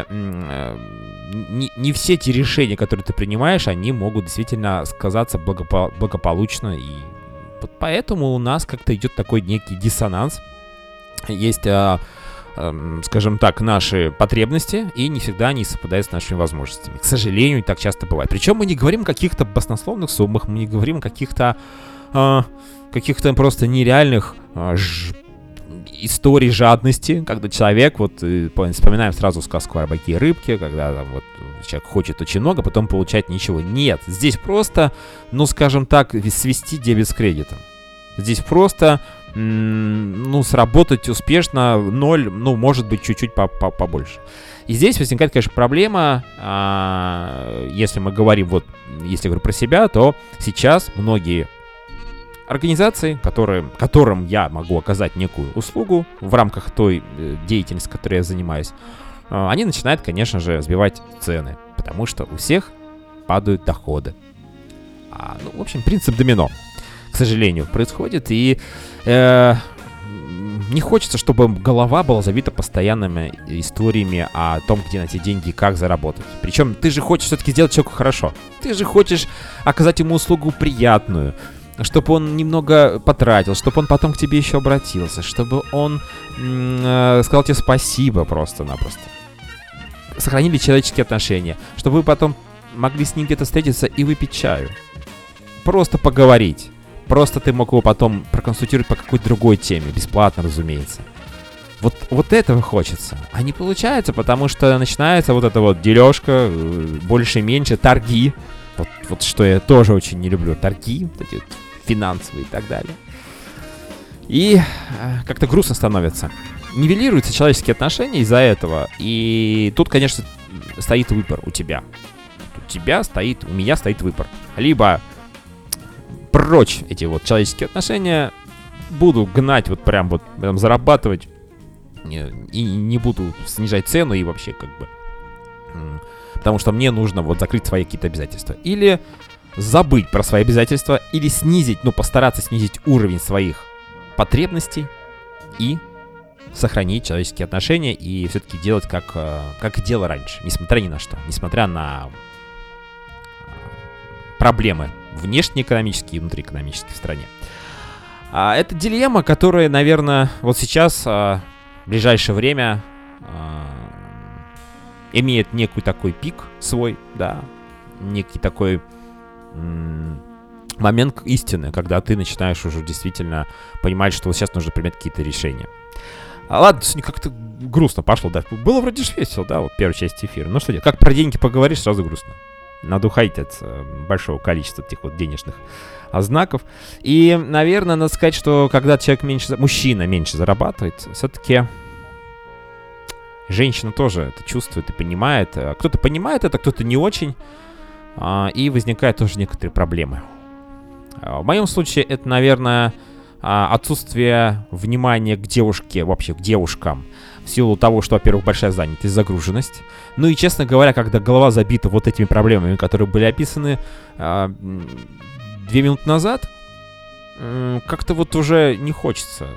все те решения, которые ты принимаешь, они могут действительно сказаться благополучно. И вот поэтому у нас как-то идет такой некий диссонанс. Есть, скажем так, наши потребности, и не всегда они совпадают с нашими возможностями. К сожалению, так часто бывает. Причем мы не говорим о каких-то баснословных суммах, мы не говорим о каких-то просто нереальных историй жадности, когда человек, вот вспоминаем сразу сказку о рыбаке и рыбке, когда там вот человек хочет очень много, потом получать ничего. Нет, здесь просто, скажем так, свести дебет с кредитом. Здесь просто, сработать успешно 0, может быть, чуть-чуть побольше. И здесь возникает, конечно, проблема, если мы говорим, если я говорю про себя, то сейчас многие организации, которым я могу оказать некую услугу в рамках той деятельности, которой я занимаюсь, они начинают, конечно же, сбивать цены, потому что у всех падают доходы. В общем, принцип домино, к сожалению, происходит, и не хочется, чтобы голова была забита постоянными историями о том, где найти деньги и как заработать. Причем ты же хочешь все-таки сделать человеку хорошо. Ты же хочешь оказать ему услугу приятную, чтобы он немного потратил, чтобы он потом к тебе еще обратился, чтобы он сказал тебе спасибо просто-напросто. Сохранили человеческие отношения, чтобы вы потом могли с ним где-то встретиться и выпить чаю. Просто поговорить. Просто ты мог его потом проконсультировать по какой-то другой теме, бесплатно, разумеется. Вот этого хочется. А не получается, потому что начинается вот эта вот дележка, больше-меньше, торги. Вот что я тоже очень не люблю. Торги, вот эти вот финансовые и так далее. И как-то грустно становится. Нивелируются человеческие отношения из-за этого. И тут, конечно, стоит выбор у тебя. У меня стоит выбор. Либо прочь эти вот человеческие отношения, буду гнать прям зарабатывать и не буду снижать цену и вообще потому что мне нужно закрыть свои какие-то обязательства. Или забыть про свои обязательства, или снизить, постараться снизить уровень своих потребностей и сохранить человеческие отношения и все-таки делать как дело раньше, несмотря ни на что, несмотря на проблемы внешнеэкономические и внутриэкономические в стране. Это дилемма, которая, наверное, сейчас, в ближайшее время, имеет некий такой пик свой, да, некий такой момент истины, когда ты начинаешь уже действительно понимать, что сейчас нужно принять какие-то решения. Ладно, как-то грустно пошло, да. Было вроде же весело, да, первая часть эфира. Ну что делать, как про деньги поговоришь, сразу грустно. Надо уходить от большого количества этих денежных знаков. И, наверное, надо сказать, что когда мужчина меньше зарабатывает, все-таки женщина тоже это чувствует и понимает. Кто-то понимает это, кто-то не очень. и возникают тоже некоторые проблемы. В моем случае это, наверное, отсутствие внимания к девушке, вообще к девушкам, в силу того, что, во-первых, большая занятость, загруженность. Ну и, честно говоря, когда голова забита вот этими проблемами, которые были описаны 2 минуты назад, как-то вот уже не хочется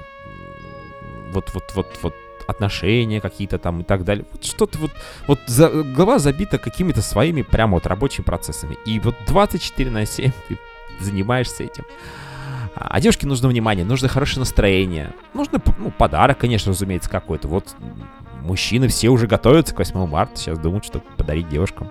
вот отношения какие-то там и так далее. Вот что-то голова забита какими-то своими прямо вот рабочими процессами. И вот 24/7 ты занимаешься этим. А девушке нужно внимание, нужно хорошее настроение. Нужно, подарок, конечно, разумеется, какой-то. Вот мужчины все уже готовятся к 8 марта, сейчас думают, что подарить девушкам.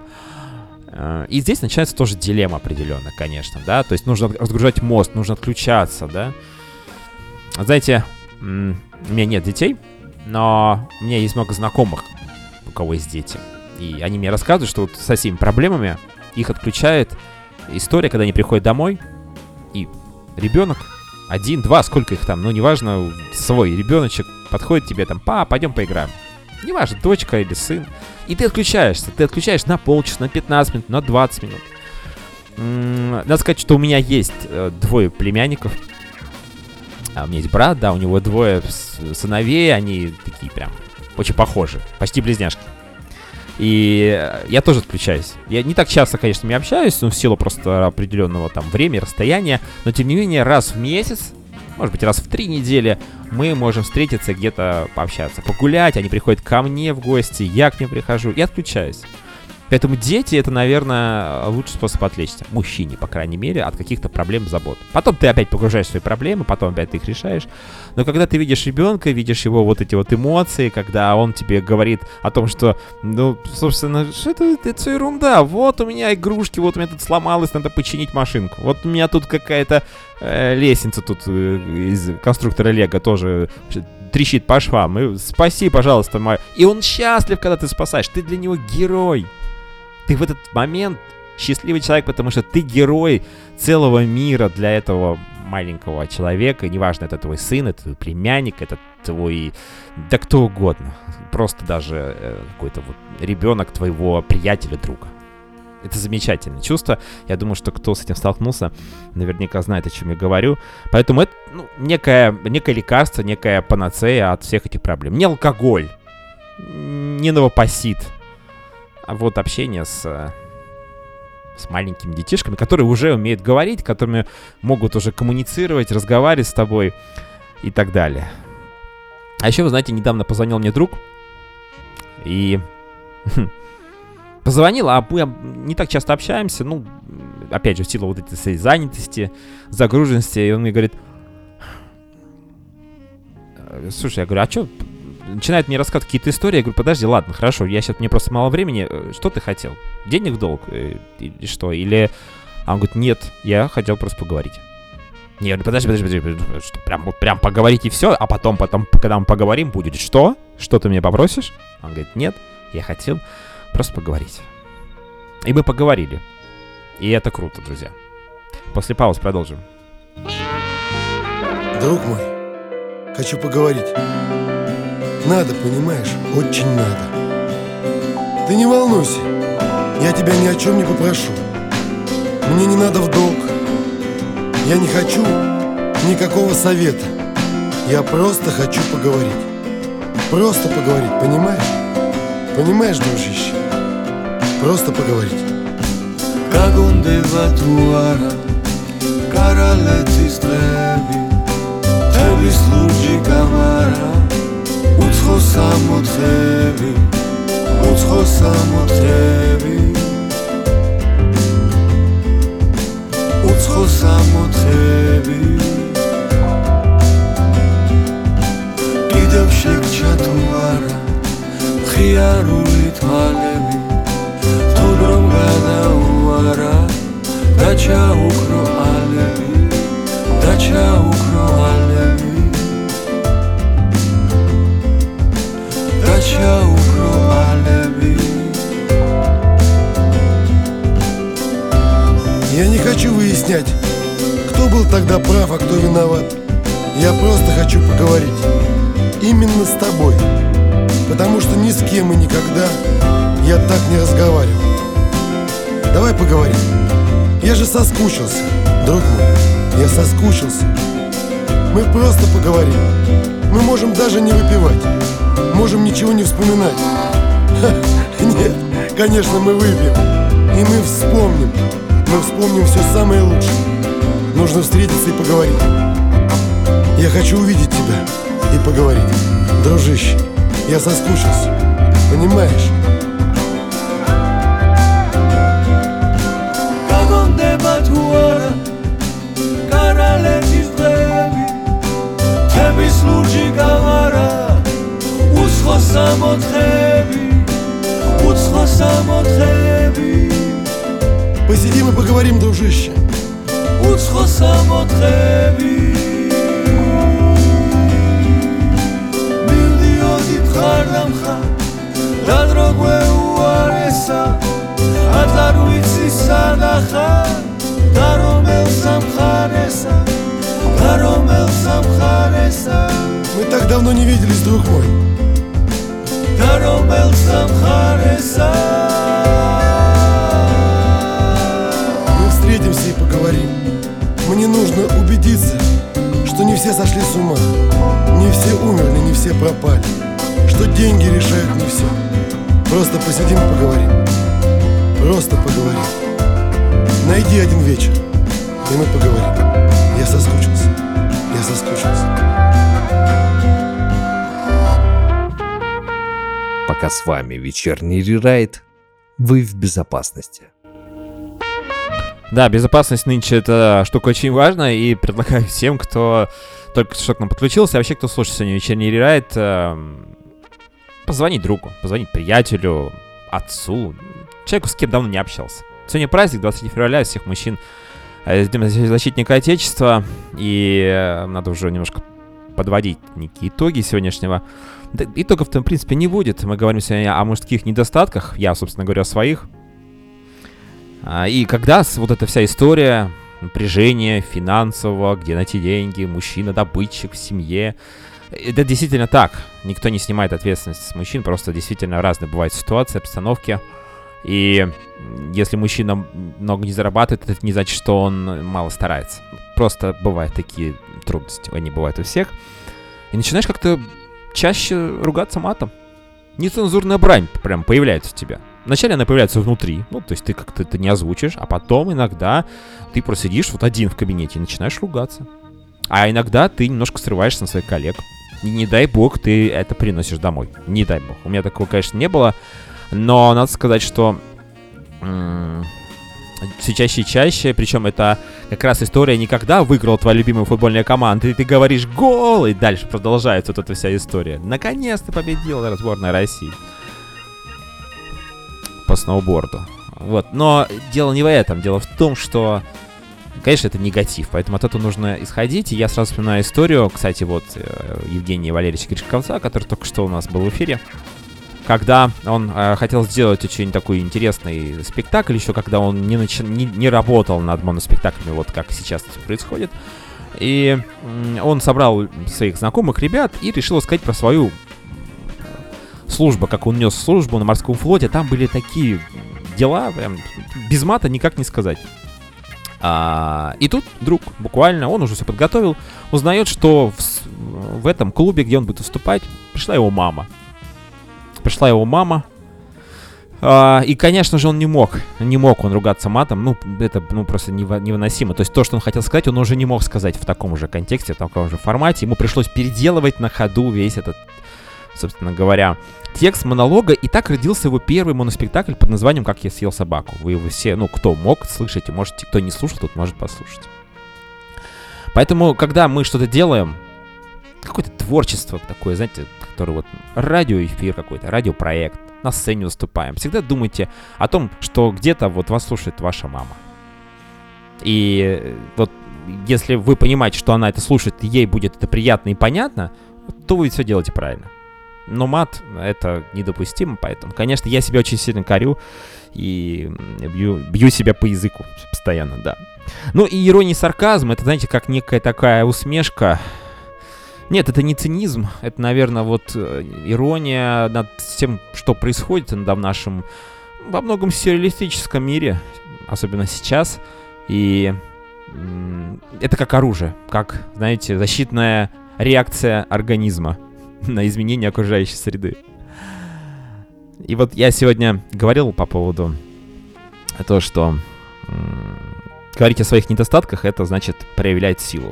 И здесь начинается тоже дилемма определенная, конечно, да. То есть нужно разгружать мозг, нужно отключаться, да. Знаете, у меня нет детей, но у меня есть много знакомых, у кого есть дети. И они мне рассказывают, что вот со всеми проблемами их отключает история, когда они приходят домой, и ребенок, 1, 2, сколько их там, неважно, свой ребеночек подходит к тебе там, пойдем поиграем. Неважно, дочка или сын. И ты отключаешь на полчаса, на 15 минут, на 20 минут. Надо сказать, что у меня есть 2 племянников. У меня есть брат, да, у него 2 сыновей, они такие прям очень похожи, почти близняшки. И я тоже отключаюсь. Я не так часто, конечно, с ними общаюсь, в силу просто определенного там времени, расстояния, но тем не менее раз в месяц, может быть, раз в 3 недели мы можем встретиться, где-то пообщаться, погулять, они приходят ко мне в гости, я к ним прихожу и отключаюсь. Поэтому дети — это, наверное, лучший способ отвлечься. Мужчине, по крайней мере, от каких-то проблем, забот. Потом ты опять погружаешь в свои проблемы, потом опять ты их решаешь. Но когда ты видишь ребенка, видишь его вот эти вот эмоции, когда он тебе говорит о том, что, собственно, что это все ерунда. Вот у меня игрушки, вот у меня тут сломалось, надо починить машинку. Вот у меня тут какая-то лестница тут из конструктора Лего тоже трещит по швам. И спаси, пожалуйста, мой. И он счастлив, когда ты спасаешь. Ты для него герой. Ты в этот момент счастливый человек, потому что ты герой целого мира для этого маленького человека. Неважно, это твой сын, это твой племянник, это твой... Да кто угодно. Просто даже какой-то вот ребенок твоего приятеля, друга. Это замечательное чувство. Я думаю, что кто с этим столкнулся, наверняка знает, о чем я говорю. Поэтому это некое лекарство, некая панацея от всех этих проблем. Не алкоголь, не новопосит. А вот общение с маленькими детишками, которые уже умеют говорить, которыми могут уже коммуницировать, разговаривать с тобой и так далее. А еще, вы знаете, недавно позвонил мне друг. И позвонил, а мы не так часто общаемся. Опять же, в силу вот этой своей занятости, загруженности. И он мне говорит: слушай, я говорю, а что... Начинает мне рассказывать какие-то истории. Я говорю: подожди, ладно, хорошо, мне просто мало времени. Что ты хотел? Денег в долг? Или что? Или... А он говорит: нет, я хотел просто поговорить. Не, я говорю: подожди, что, прям поговорить и все, а потом, когда мы поговорим, будет что? Что ты меня попросишь? Он говорит: нет, я хотел просто поговорить. И мы поговорили. И это круто, друзья. После паузы продолжим. Друг мой, хочу поговорить. Надо, понимаешь, очень надо. Ты не волнуйся, я тебя ни о чем не попрошу. Мне не надо в долг. Я не хочу никакого совета. Я просто хочу поговорить. Просто поговорить, понимаешь? Понимаешь, дружище? Просто поговорить. Кагондева туара, каралецис треби, теби слуджи камара. Utscho samotrebi, utscho samotrebi, utscho samotrebi. Gidev shekchatuara, khiaruli tmalebi, tudrom gadauara, dacha ukro alebi, dacha ukro alebi. Я не хочу выяснять, кто был тогда прав, а кто виноват. Я просто хочу поговорить именно с тобой, потому что ни с кем и никогда я так не разговаривал. Давай поговорим. Я же соскучился, друг мой. Я соскучился. Мы просто поговорим. Мы можем даже не выпивать. Можем ничего не вспоминать. Нет, конечно, мы выпьем. И мы вспомним. Мы вспомним все самое лучшее. Нужно встретиться и поговорить. Я хочу увидеть тебя и поговорить. Дружище, я соскучился. Понимаешь? Посидим и поговорим, дружище. Мы так давно не виделись, друг мой. Мы встретимся и поговорим. Мне нужно убедиться, что не все сошли с ума, не все умерли, не все пропали, что деньги решают не все. Просто посидим и поговорим. Просто поговорим. Найди один вечер, и мы поговорим. Я соскучился. Я соскучился. Пока с вами вечерний рерайт, вы в безопасности. Да, безопасность нынче это штука очень важная, и предлагаю всем, кто только что к нам подключился, а вообще, кто слушает сегодня вечерний рерайт, позвонить другу, позвонить приятелю, отцу, человеку, с кем давно не общался. Сегодня праздник, 23 февраля, всех мужчин с Днем защитника Отечества, и надо уже немножко подводить некие итоги сегодняшнего. Итогов-то, в принципе, не будет. Мы говорим сегодня о мужских недостатках, я, собственно говоря, о своих. И когда вот эта вся история напряжения финансового, где найти деньги, мужчина-добытчик в семье, это действительно так. Никто не снимает ответственность с мужчин, просто действительно разные бывают ситуации, обстановки. И если мужчина много не зарабатывает, это не значит, что он мало старается. Просто бывают такие трудности, они бывают у всех. И начинаешь как-то чаще ругаться матом. Нецензурная брань прям появляется у тебя. Вначале она появляется внутри, ну, то есть ты как-то это не озвучишь, а потом иногда ты просто сидишь вот один в кабинете и начинаешь ругаться. А иногда ты немножко срываешься на своих коллег. И не дай бог ты это приносишь домой. Не дай бог. У меня такого, конечно, не было. Но надо сказать, что все чаще и чаще, причем это как раз история не когда выиграла твоя любимая футбольная команда, и ты говоришь «гол», и дальше продолжается вот эта вся история. Наконец-то победила сборная России по сноуборду. Вот. Но дело не в этом. Дело в том, что, конечно, это негатив, поэтому от этого нужно исходить. И я сразу вспоминаю историю, кстати, вот Евгения Валерьевича Гришковца, который только что у нас был в эфире, когда он хотел сделать очень такой интересный спектакль, еще когда он не работал над моноспектаклями, вот как сейчас это происходит. И он собрал своих знакомых ребят и решил рассказать про свою службу, как он нес службу на морском флоте. Там были такие дела, прям без мата никак не сказать. И тут друг, буквально, он уже все подготовил, узнает, что в этом клубе, где он будет выступать, пришла его мама. И, конечно же, он не мог он ругаться матом, ну, это просто невыносимо. То есть то, что он хотел сказать, он уже не мог сказать в таком же контексте, в таком же формате. Ему пришлось переделывать на ходу весь этот, собственно говоря, текст монолога. И так родился его первый моноспектакль под названием «Как я съел собаку». Вы его все, кто мог, слышите, можете, кто не слушал, тот может послушать. Поэтому, когда мы что-то делаем, какое-то творчество такое, знаете, которое вот радиоэфир какой-то, радиопроект, на сцене выступаем, всегда думайте о том, что где-то вот вас слушает ваша мама. И вот если вы понимаете, что она это слушает, и ей будет это приятно и понятно, то вы все делаете правильно. Но мат — это недопустимо, поэтому, конечно, я себя очень сильно корю и бью себя по языку постоянно, да. Ну и ирония и сарказм — это, знаете, как некая такая усмешка. Нет, это не цинизм, это, наверное, вот ирония над тем, что происходит иногда в нашем, во многом сюрреалистическом мире, особенно сейчас. И это как оружие, как, знаете, защитная реакция организма на изменение окружающей среды. И вот я сегодня говорил по поводу того, что говорить о своих недостатках — это значит проявлять силу.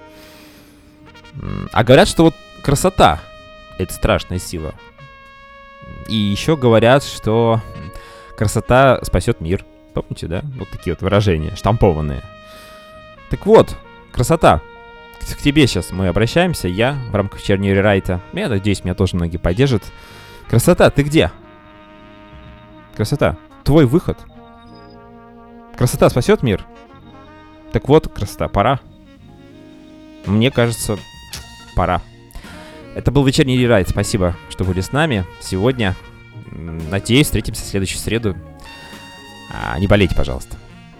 А говорят, что вот красота — это страшная сила. И еще говорят, что красота спасет мир. Помните, да? Вот такие вот выражения, штампованные. Так вот, красота. К тебе сейчас мы обращаемся, я в рамках вечернего рерайта. Я надеюсь, меня тоже многие поддержат. Красота, ты где? Красота, твой выход. Красота спасет мир? Так вот, красота, пора. Мне кажется, пора. Это был вечерний рерайт. Спасибо, что были с нами сегодня. Надеюсь, встретимся в следующую среду. Не болейте, пожалуйста.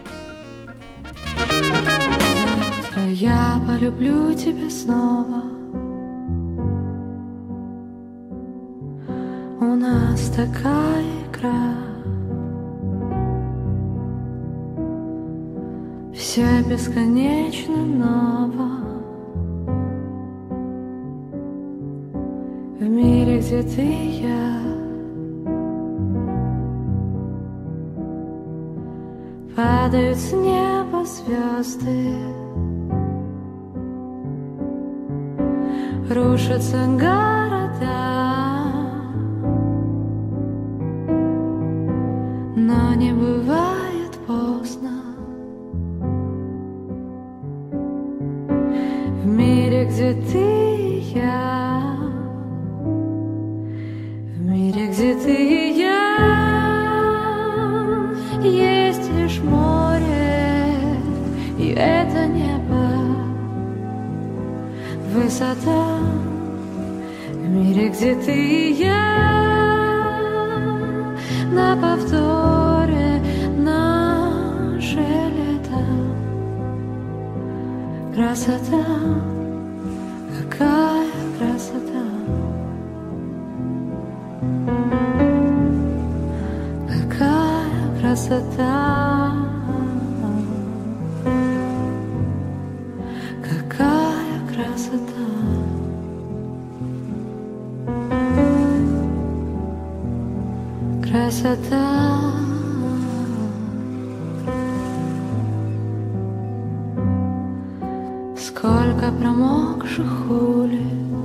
Я полюблю тебя снова. У нас такая игра. Все бесконечно ново. В мире, где ты и я, падают с неба звезды, рушатся города, но не бывает поздно. В мире, где ты и я, в мире, где ты и я, есть лишь море, и это небо, высота. В мире, где ты и я, на повторе наше лето. Красота, какая красота, какая красота, какая красота. Красота. Сколько промокших улиц,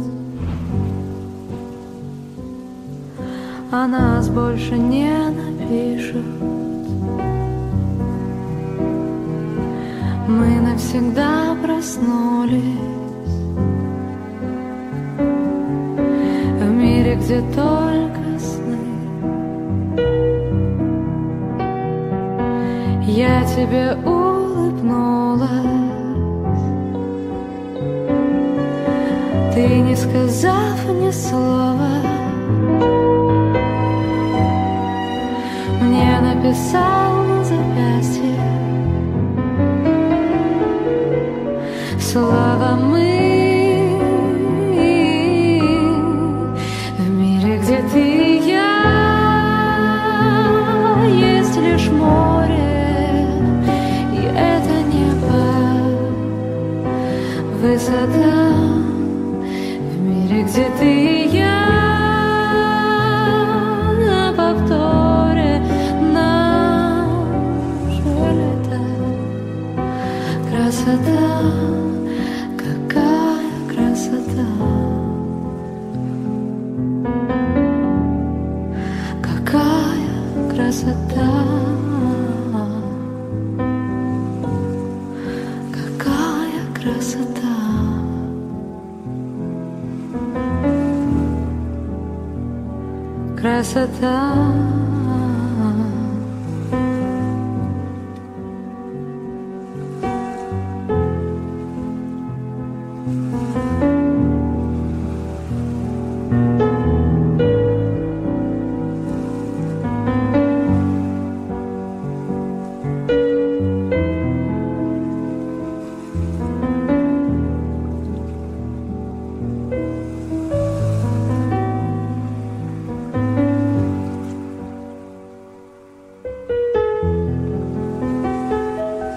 а нас больше не напишут. Мы навсегда проснулись в мире, где только сны. Я тебе улыбнулась, ты, не сказав ни слова, мне написал на запястье слово «мы». В мире, где ты и я, есть лишь море, и это небо, высота. В мире, где ты и я, на повторе наше лето. Красота, какая красота, какая красота, какая красота. Красота.